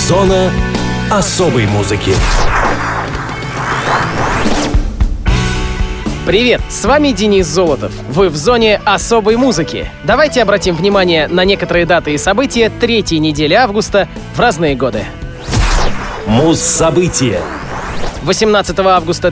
Зона особой музыки. Привет, с вами Денис Золотов. Вы в зоне особой музыки. Давайте обратим внимание на некоторые даты и события третьей недели августа в разные годы. Муз-события. 18 августа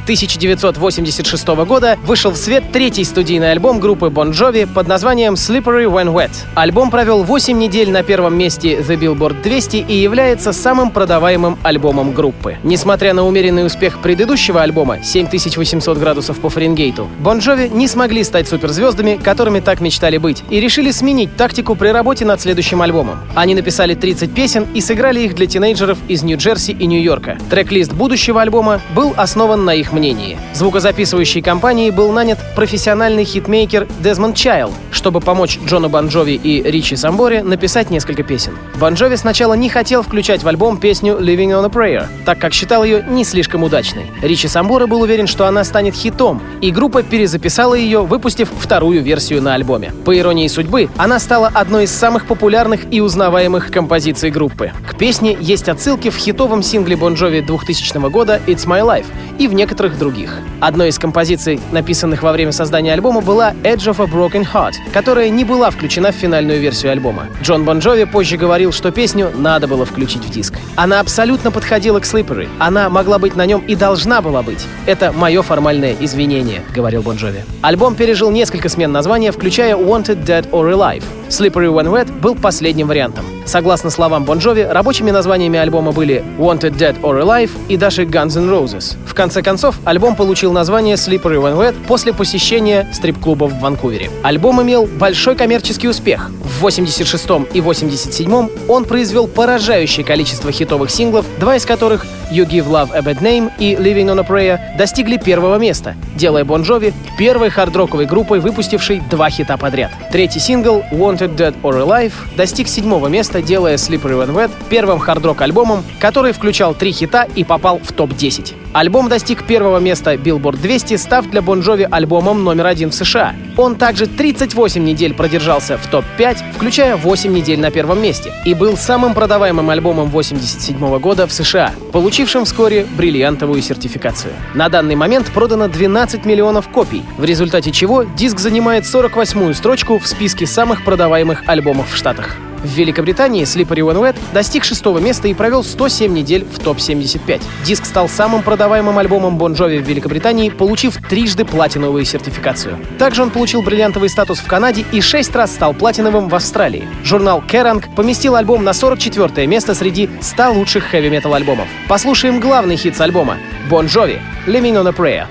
1986 года вышел в свет третий студийный альбом группы Bon Jovi под названием Slippery When Wet. Альбом провел 8 недель на первом месте The Billboard 200 и является самым продаваемым альбомом группы. Несмотря на умеренный успех предыдущего альбома 7800 градусов по Фаренгейту, Bon Jovi не смогли стать суперзвездами, которыми так мечтали быть, и решили сменить тактику при работе над следующим альбомом. Они написали 30 песен и сыграли их для тинейджеров из Нью-Джерси и Нью-Йорка. Трек-лист будущего альбома был основан на их мнении. Звукозаписывающей компанией был нанят профессиональный хитмейкер Дезмонд Чайлд, чтобы помочь Джону Bon Jovi и Ричи Самборе написать несколько песен. Bon Jovi сначала не хотел включать в альбом песню «Living on a Prayer», так как считал ее не слишком удачной. Ричи Самборе был уверен, что она станет хитом, и группа перезаписала ее, выпустив вторую версию на альбоме. По иронии судьбы, она стала одной из самых популярных и узнаваемых композиций группы. К песне есть отсылки в хитовом сингле Bon Jovi 2000 года «It's My Life» и в некоторых других. Одной из композиций, написанных во время создания альбома, была «Edge of a Broken Heart», которая не была включена в финальную версию альбома. Джон Bon Jovi позже говорил, что песню надо было включить в диск. Она абсолютно подходила к Slippery. Она могла быть на нем и должна была быть. Это мое формальное извинение, говорил Bon Jovi. Альбом пережил несколько смен названия, включая Wanted Dead or Alive. Slippery When Wet был последним вариантом. Согласно словам Bon Jovi, рабочими названиями альбома были Wanted Dead or Alive и даже Guns N' Roses. В конце концов, альбом получил название Slippery When Wet после посещения стрип-клуба в Ванкувере. Альбом имел большой коммерческий успех. В 86-м и 87-м он произвел поражающее количество хитовых синглов, два из которых You Give Love a Bad Name и Living on a Prayer достигли первого места, делая Bon Jovi первой хард-роковой группой, выпустившей два хита подряд. Третий сингл Wanted Dead or Alive достиг седьмого места, делая Slippery When Wet первым хард-рок альбомом, который включал три хита и попал в топ-10. Альбом достиг первого места Billboard 200, став для Bon Jovi альбомом номер один в США. Он также 38 недель продержался в топ-5, включая 8 недель на первом месте, и был самым продаваемым альбомом 87 года в США, получившим вскоре бриллиантовую сертификацию. На данный момент продано 12 миллионов копий, в результате чего диск занимает 48-ю строчку в списке самых продаваемых альбомов в Штатах. В Великобритании Slippery When Wet достиг 6-го места и провел 107 недель в топ-75. Диск стал самым продаваемым альбомом Bon Jovi в Великобритании, получив трижды платиновую сертификацию. Также он получил бриллиантовый статус в Канаде и 6 раз стал платиновым в Австралии. Журнал Kerrang поместил альбом на 44-е место среди 100 лучших хэви-метал альбомов. Послушаем главный хит с альбома — Bon Jovi «Living on a Prayer».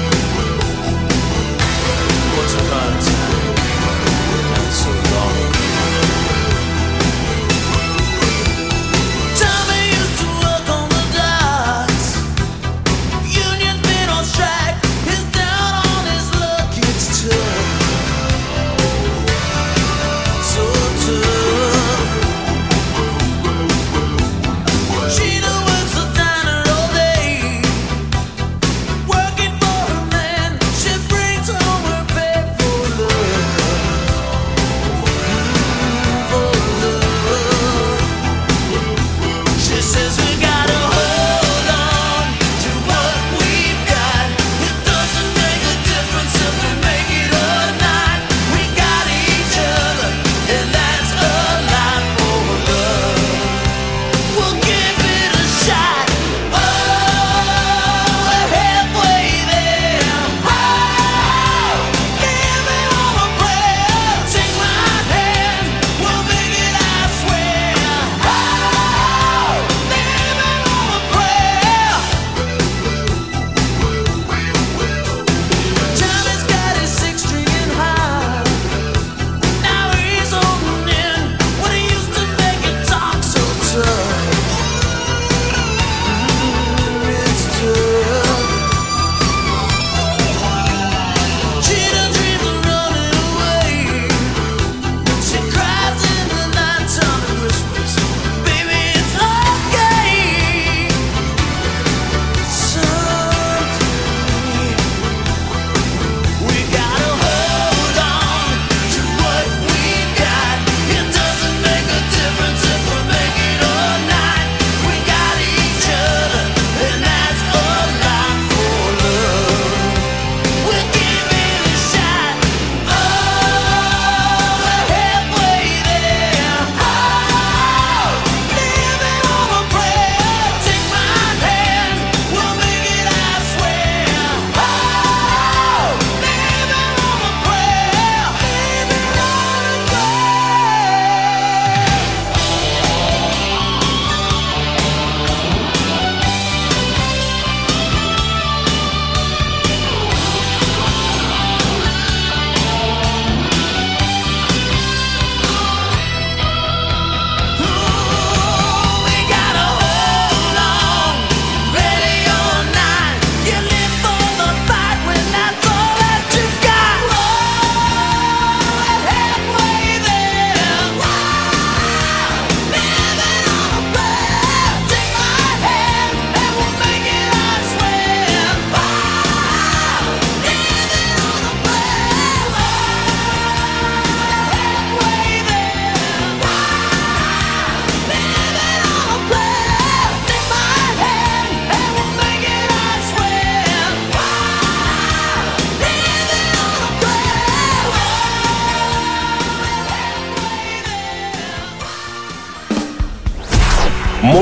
Once upon a time, not so long ago,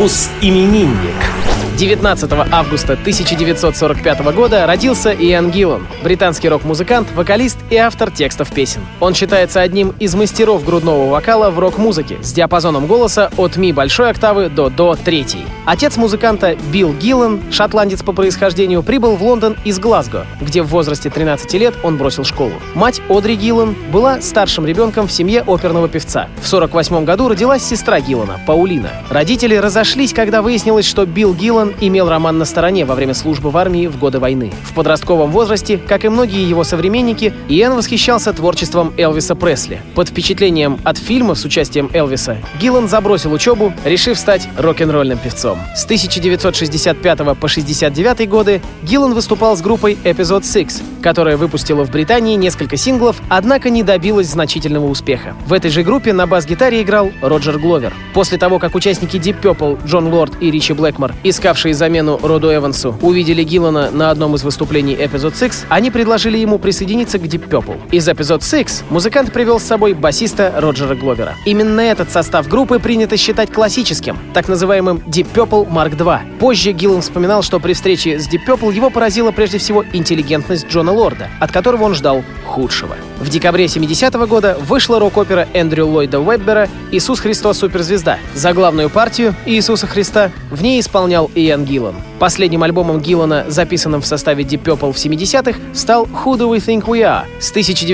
Иисус-именинник. 19 августа 1945 года родился Иэн Гиллан, британский рок-музыкант, вокалист и автор текстов песен. Он считается одним из мастеров грудного вокала в рок-музыке с диапазоном голоса от ми большой октавы до до третьей. Отец музыканта Билл Гиллан, шотландец по происхождению, прибыл в Лондон из Глазго, где в возрасте 13 лет он бросил школу. Мать Одри Гиллан была старшим ребенком в семье оперного певца. В 1948 году родилась сестра Гиллана, Паулина. Родители разошлись, когда выяснилось, что Билл Гиллан имел роман на стороне во время службы в армии в годы войны. В подростковом возрасте, как и многие его современники, Иэн восхищался творчеством Элвиса Пресли. Под впечатлением от фильмов с участием Элвиса Гиллан забросил учебу, решив стать рок-н-ролльным певцом. С 1965 по 1969 годы Гиллан выступал с группой Episode 6, которая выпустила в Британии несколько синглов, однако не добилась значительного успеха. В этой же группе на бас-гитаре играл Роджер Гловер. После того, как участники Deep Purple Джон Лорд и Ричи Блэкмор, искавшие замену Роду Эвансу, увидели Гиллана на одном из выступлений Episode 6, они предложили ему присоединиться к Deep Purple. Из Episode 6 музыкант привел с собой басиста Роджера Гловера. Именно этот состав группы принято считать классическим, так называемым Deep Purple Mark II. Позже Гиллан вспоминал, что при встрече с Deep Purple его поразила прежде всего интеллигентность Джона Лорда, от которого он ждал худшего. В декабре 1970 года вышла рок-опера Эндрю Ллойда Уэббера «Иисус Христос. Суперзвезда». За главную партию Иисуса Христа в ней исполнял Иэн Гиллан. Последним альбомом Гиллана, записанным в составе Deep Purple в 70-х, стал «Who Do We Think We Are?». С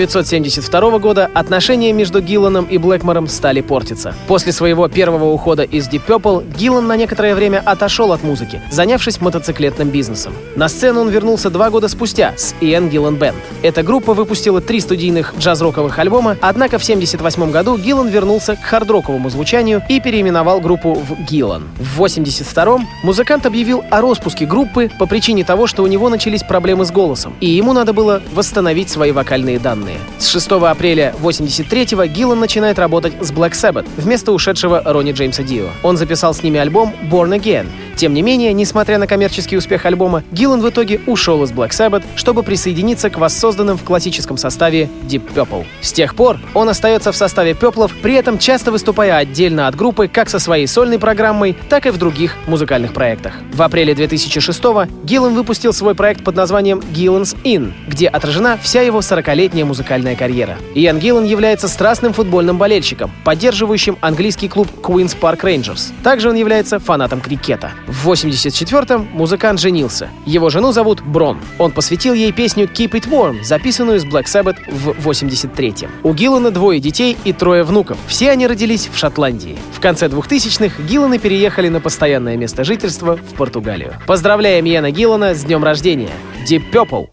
1972 года отношения между Гилланом и Блэкмором стали портиться. После своего первого ухода из Deep Purple Гиллан на некоторое время отошел от музыки, занявшись мотоциклетным бизнесом. На сцену он вернулся 2 года спустя с Иэн Гиллан Бэнд. Эта группа выпустила 3 студийных джаз-роковых альбома, однако в 1978 году Гиллан вернулся к хард-роковому звучанию и переименовал группу в Гиллан. В 1982-м музыкант объявил о распуске группы по причине того, что у него начались проблемы с голосом, и ему надо было восстановить свои вокальные данные. С 6 апреля 1983-го Гиллан начинает работать с Black Sabbath вместо ушедшего Ронни Джеймса Дио. Он записал с ними альбом Born Again. Тем не менее, несмотря на коммерческий успех альбома, Гиллан в итоге ушел из Black Sabbath, чтобы присоединиться к воссозданным в классическом составе Deep Purple. С тех пор он остается в составе Purple, при этом часто выступая отдельно от группы как со своей сольной программой, так и в других музыкальных проектах. В апреле 2006-го Гиллан выпустил свой проект под названием Gillan's Inn, где отражена вся его 40-летняя музыкальная карьера. Иэн Гиллан является страстным футбольным болельщиком, поддерживающим английский клуб Queen's Park Rangers. Также он является фанатом крикета. В 1984-м музыкант женился. Его жену зовут Брон. Он посвятил ей песню Keep It Warm, записанную с Black Sabbath в 1983-м. У Гиллана 2 детей и 3 внуков. Все они родились в Шотландии. В конце 2000-х Гилланы переехали на постоянное место жительства в Португалию. Поздравляем Иэна Гиллана с днем рождения! Deep Purple!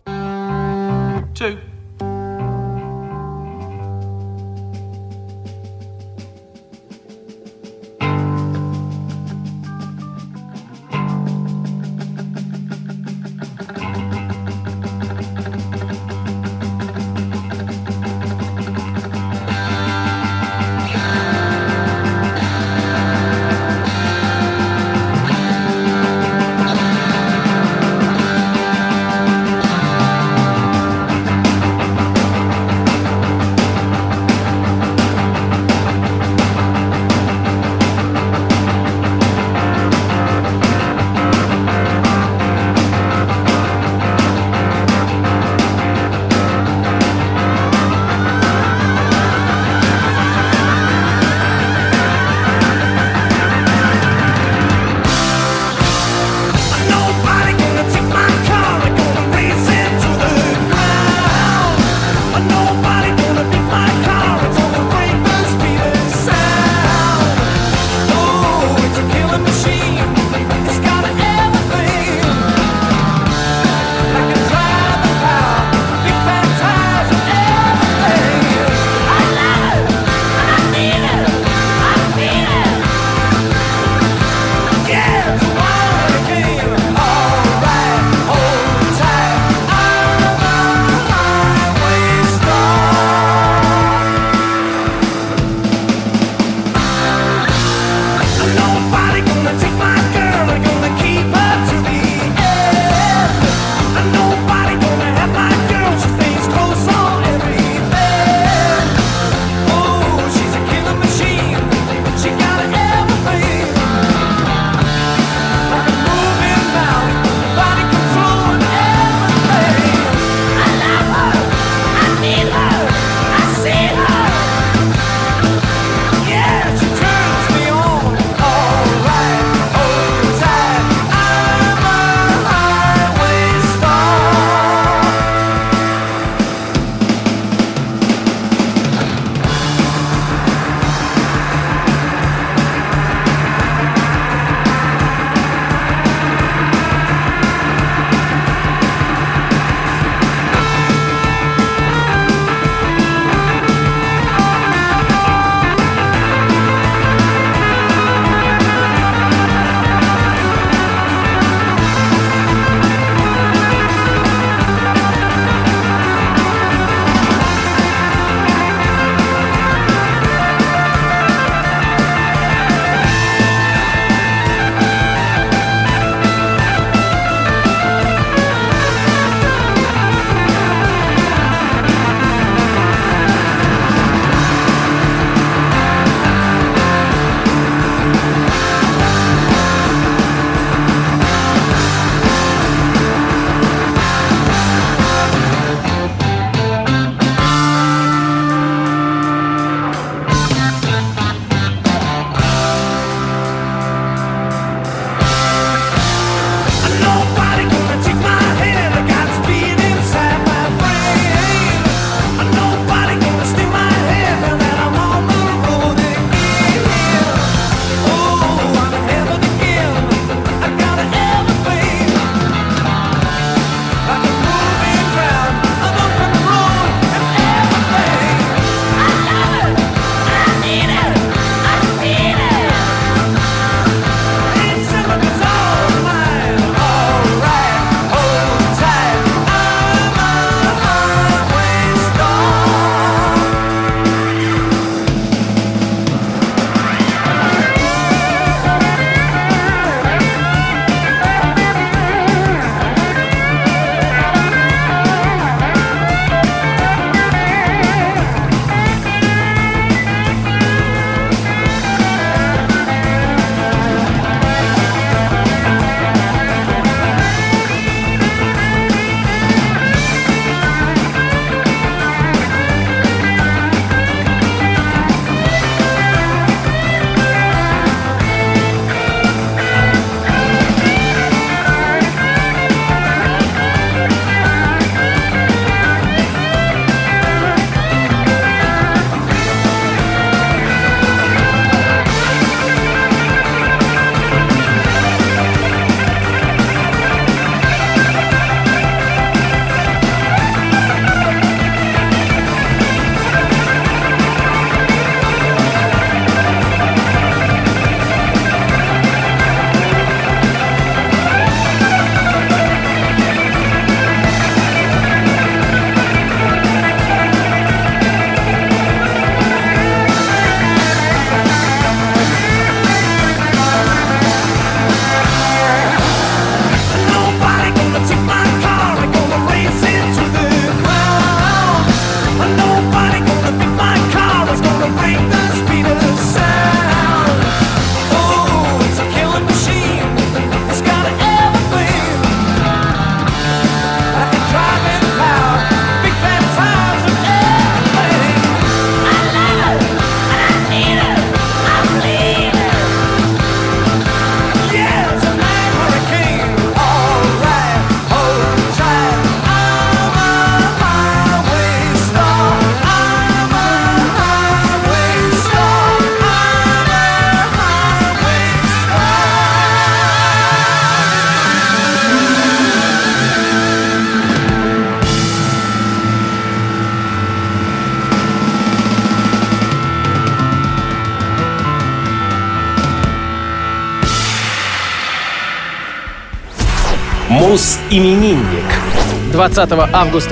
Именинник. 20 августа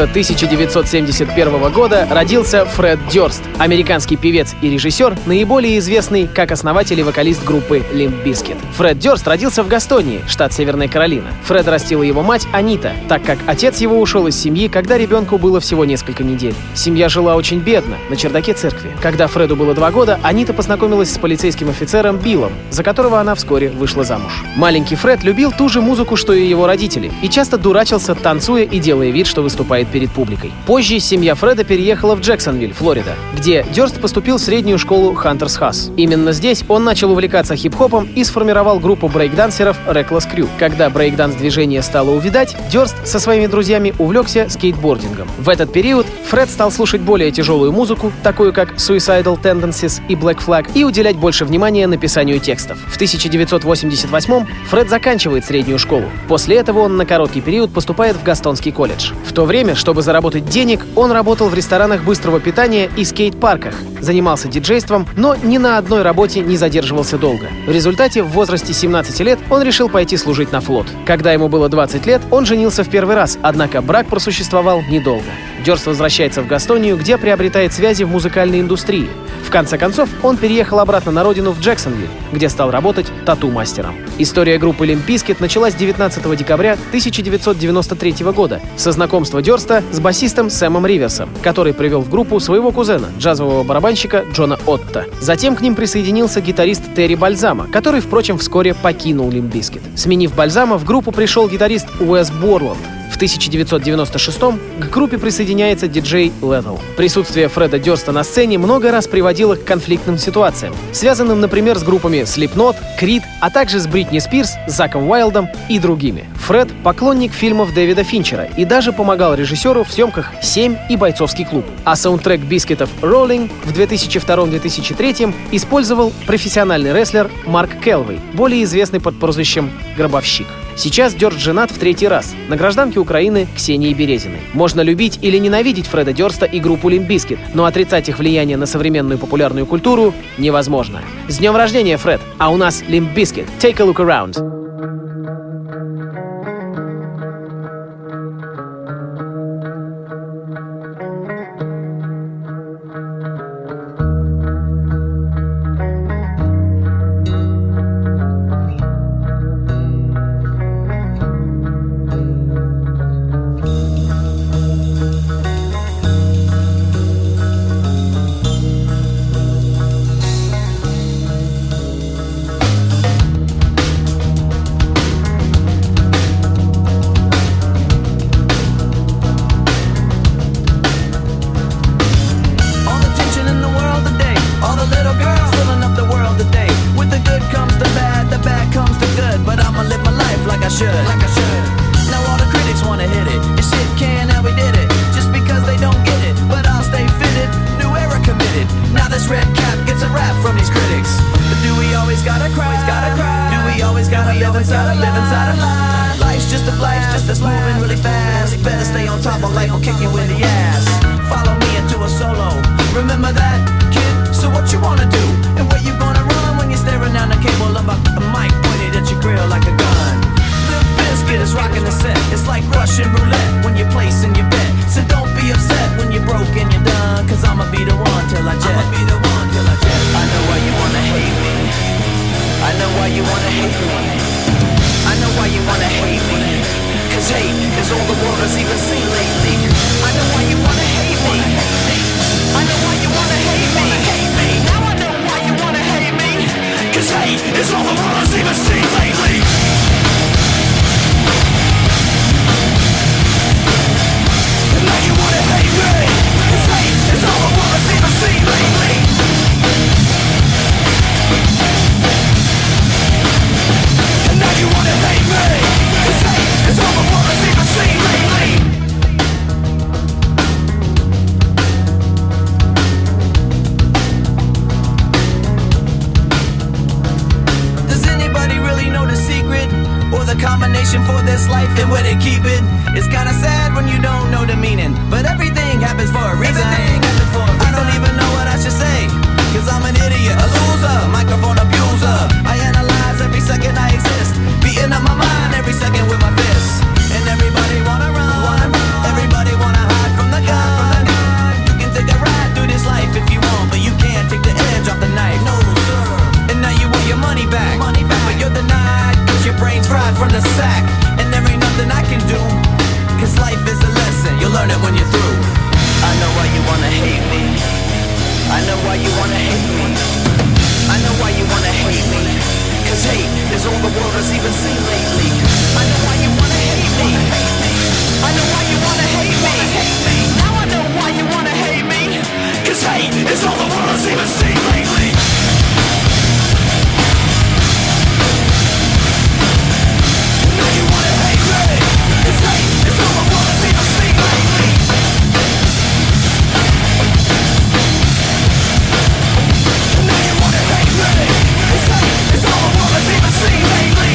1971 года родился Фред Дёрст, американский певец и режиссер, наиболее известный как основатель и вокалист группы Limp Bizkit. Фред Дёрст родился в Гастонии, штат Северная Каролина. Фреда растила его мать Анита, так как отец его ушел из семьи, когда ребенку было всего несколько недель. Семья жила очень бедно, на чердаке церкви. Когда Фреду было 2 года, Анита познакомилась с полицейским офицером Биллом, за которого она вскоре вышла замуж. Маленький Фред любил ту же музыку, что и его родители, и часто дурачился, танцуя и делая вид, что выступает перед публикой. Позже семья Фреда переехала в Джексонвиль, Флорида, где Дёрст поступил в среднюю школу Хантерс Хас. Именно здесь он начал увлекаться хип-хопом и сформировал группу брейкдансеров Reckless Crew. Когда брейкданс-движение стало увядать, Дёрст со своими друзьями увлекся скейтбордингом. В этот период Фред стал слушать более тяжелую музыку, такую как Suicidal Tendencies и Black Flag, и уделять больше внимания написанию текстов. В 1988-м Фред заканчивает среднюю школу. После этого он на короткий период поступает в Гастонский колледж. В то время, чтобы заработать денег, он работал в ресторанах быстрого питания и скейт-парках, занимался диджейством, но ни на одной работе не задерживался долго. В результате, в возрасте 17 лет он решил пойти служить на флот. Когда ему было 20 лет, он женился в первый раз, однако брак просуществовал недолго. Дёрст возвращается в Гастонию, где приобретает связи в музыкальной индустрии. В конце концов, он переехал обратно на родину в Джексонвиль, где стал работать тату-мастером. История группы Limp Bizkit началась 19 декабря 1993 года со знакомства Дёрста с басистом Сэмом Риверсом, который привел в группу своего кузена, джазового барабанщика Джона Отто. Затем к ним присоединился гитарист Терри Бальзама, который, впрочем, вскоре покинул Limp Bizkit. Сменив Бальзама, в группу пришел гитарист Уэс Борланд. В 1996-м к группе присоединяется диджей Lethal. Присутствие Фреда Дёрста на сцене много раз приводило к конфликтным ситуациям, связанным, например, с группами Slipknot, Creed, а также с Бритни Спирс, Заком Уайлдом и другими. Фред — поклонник фильмов Дэвида Финчера и даже помогал режиссеру в съемках «7» и «Бойцовский клуб». А саундтрек Бискитов «Rolling» в 2002-2003 использовал профессиональный рестлер Марк Келвей, более известный под прозвищем «Гробовщик». Сейчас Дёрст женат в 3-й раз на гражданке Украины Ксении Березиной. Можно любить или ненавидеть Фреда Дёрста и группу Limp Bizkit, но отрицать их влияние на современную популярную культуру невозможно. С днем рождения, Фред! А у нас Limp Bizkit. Take a look around. Now all the critics wanna hit it, and shit can, and we did it. Just because they don't get it, but I'll stay fitted. New era committed. Now this red cap gets a rap from these critics. But do we always gotta cry? Do we always gotta live inside a lie? Life's just a flash, just that's moving really fast. Better stay on top of life, will kick you in the ass. Follow me into a solo. Remember that, kid? So what you wanna do? And where you gonna run when you're staring down the cable of a mic pointed at your grill like a gun? Bizkit is rocking the set. It's like Russian roulette when you're placing your bet. So don't be upset when you're broke and you're done. Cause I'ma be the one till I jet. I know why you wanna hate me. I know why you wanna hate me. I know why you wanna hate me. Cause hate is all the world has even seen lately. I know why you wanna hate me. I know why you wanna hate me. Now I know why you wanna hate me. Cause hate is all the world has even seen lately. Now you wanna hate me. Cause hate is all the world has even seen lately. And now you wanna hate me. Cause hate is all the world has even seen lately. Does anybody really know the secret? Or the combination for this life and where they keep it? It's kinda sad when you don't know the meaning, but everything happens for a reason. I don't even know what I should say, cause I'm an idiot, a loser, microphone abuser. I analyze every second I exist, beating up my mind every second with my fists. And burn it when you're through. I know why you wanna hate me. I know why you wanna hate me. I know why you wanna hate me. Cause hate is all the world has even seen lately. I know why you wanna hate me. I know why you wanna hate me. Now I know why you wanna hate me. Cause hate is all the world has even seen lately. Now you wanna hate me. Cause hate is all the world has even seen lately. Now you wanna hate me. Cause hate is all the world has even seen lately.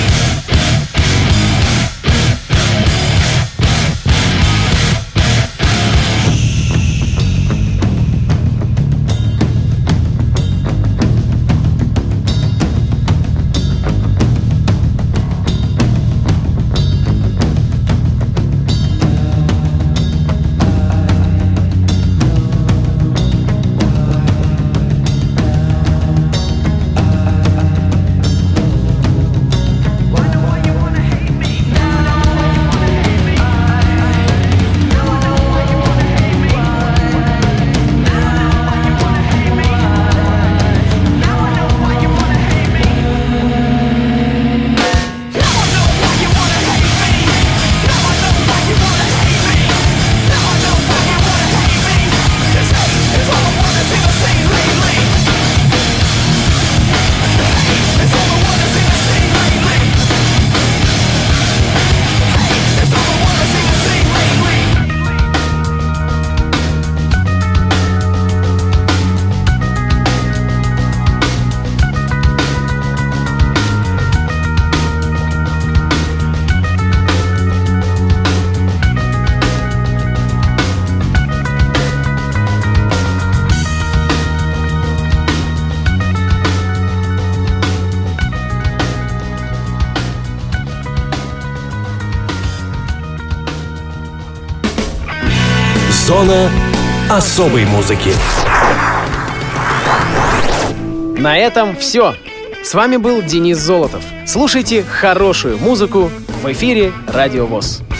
Зона особой музыки. На этом все. С вами был Денис Золотов. Слушайте хорошую музыку в эфире Радио ВОС.